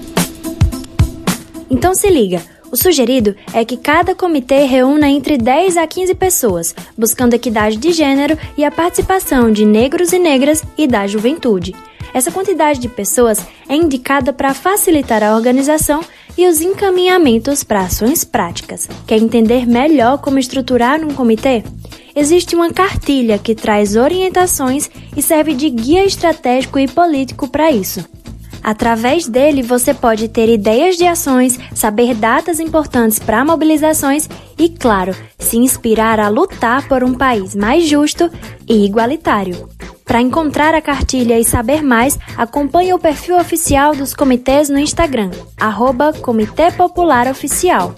Então se liga, o sugerido é que cada comitê reúna entre 10 a 15 pessoas, buscando equidade de gênero e a participação de negros e negras e da juventude. Essa quantidade de pessoas é indicada para facilitar a organização e os encaminhamentos para ações práticas. Quer entender melhor como estruturar um comitê? Existe uma cartilha que traz orientações e serve de guia estratégico e político para isso. Através dele, você pode ter ideias de ações, saber datas importantes para mobilizações e, claro, se inspirar a lutar por um país mais justo e igualitário. Para encontrar a cartilha e saber mais, acompanhe o perfil oficial dos comitês no Instagram, @Comitê Popular Oficial.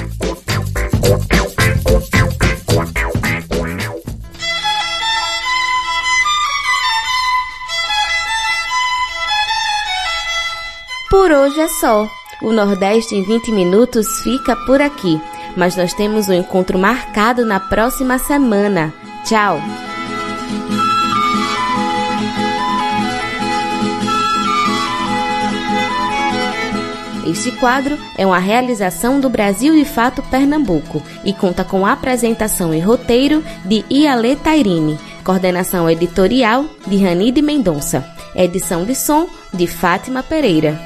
Por hoje é só. O Nordeste em 20 minutos fica por aqui, mas nós temos um encontro marcado na próxima semana. Tchau! Este quadro é uma realização do Brasil de Fato Pernambuco e conta com apresentação e roteiro de Iale Tairine, coordenação editorial de Ranide Mendonça, edição de som de Fátima Pereira.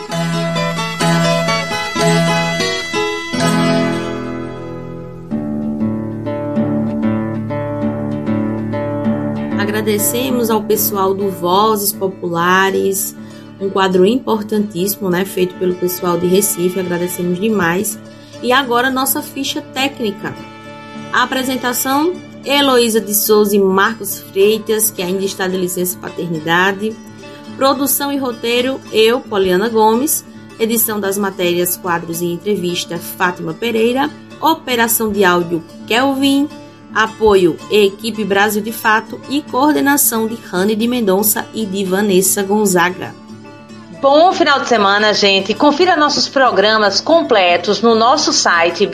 Agradecemos ao pessoal do Vozes Populares, um quadro importantíssimo, feito pelo pessoal de Recife, agradecemos demais. E agora nossa ficha técnica. A apresentação Heloísa de Souza e Marcos Freitas, que ainda está de licença paternidade. Produção e roteiro, eu, Poliana Gomes. Edição das matérias, quadros e entrevista, Fátima Pereira. Operação de áudio, Kelvin. Apoio, Equipe Brasil de Fato. E coordenação de Rani de Mendonça e de Vanessa Gonzaga. Bom final de semana, gente. Confira nossos programas completos no nosso site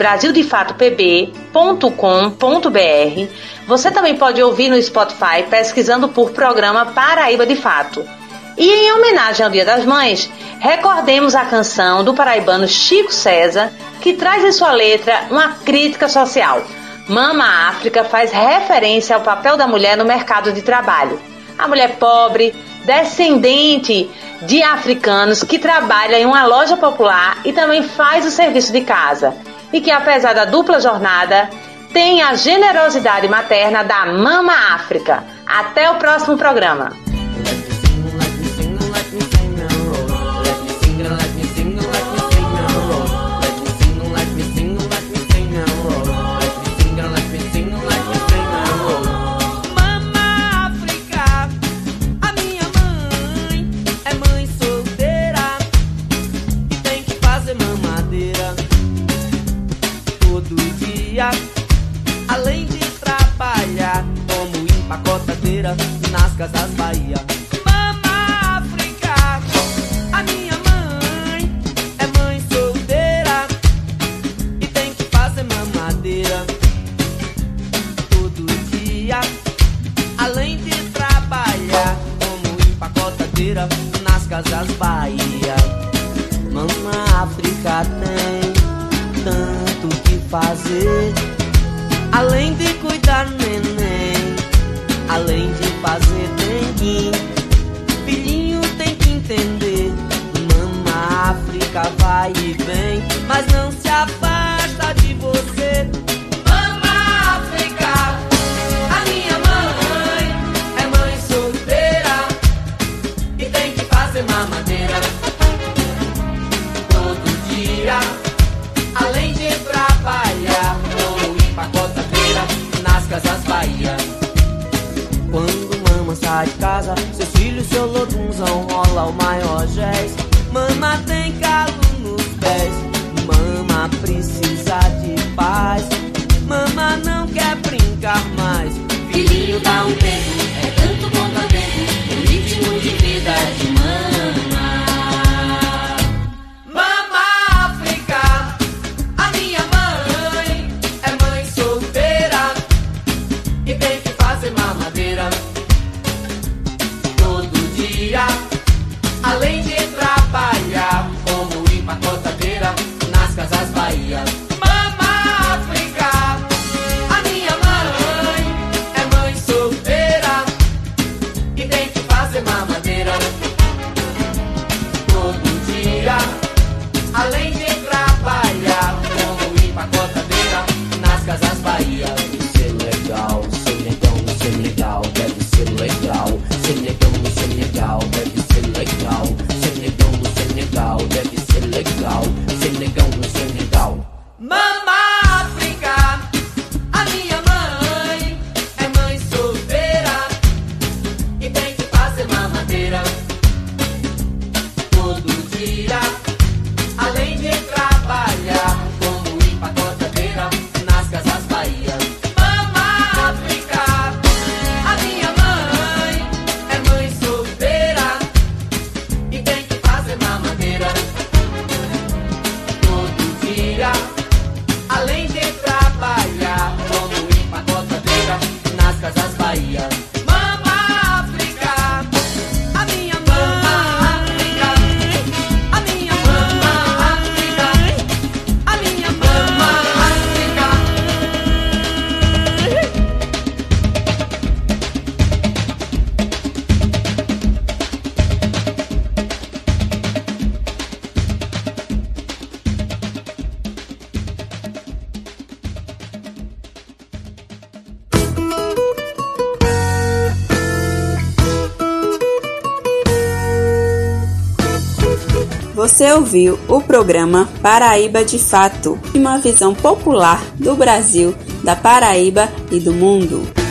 brasildefatoPB.com.br. Você também pode ouvir no Spotify pesquisando por programa Paraíba de Fato. E em homenagem ao Dia das Mães, recordemos a canção do paraibano Chico César, que traz em sua letra uma crítica social. Mama África faz referência ao papel da mulher no mercado de trabalho. A mulher pobre, descendente de africanos que trabalha em uma loja popular e também faz o serviço de casa, e que apesar da dupla jornada, tem a generosidade materna da Mama África. Até o próximo programa. Além de trabalhar como empacotadeira nas casas Bahia. Mama África, a minha mãe é mãe solteira e tem que fazer mamadeira todo dia. Além de trabalhar como empacotadeira nas casas Bahia. Mama África tem tanto que fazer, além de cuidar neném, além de fazer dengue. Filhinho tem que entender, Mama África vai e vem, mas não se afasta de você. Mama África, a minha mãe é mãe solteira e tem que fazer mamadeira todo dia. Além de trabalhar como empacotadeira nas casas Bahia. Quando mama sai de casa, seus filhos, seu lodunzão rola o maior jazz. Mama tem calo nos pés, mama precisa Você ouviu o programa Paraíba de Fato, uma visão popular do Brasil, da Paraíba e do mundo.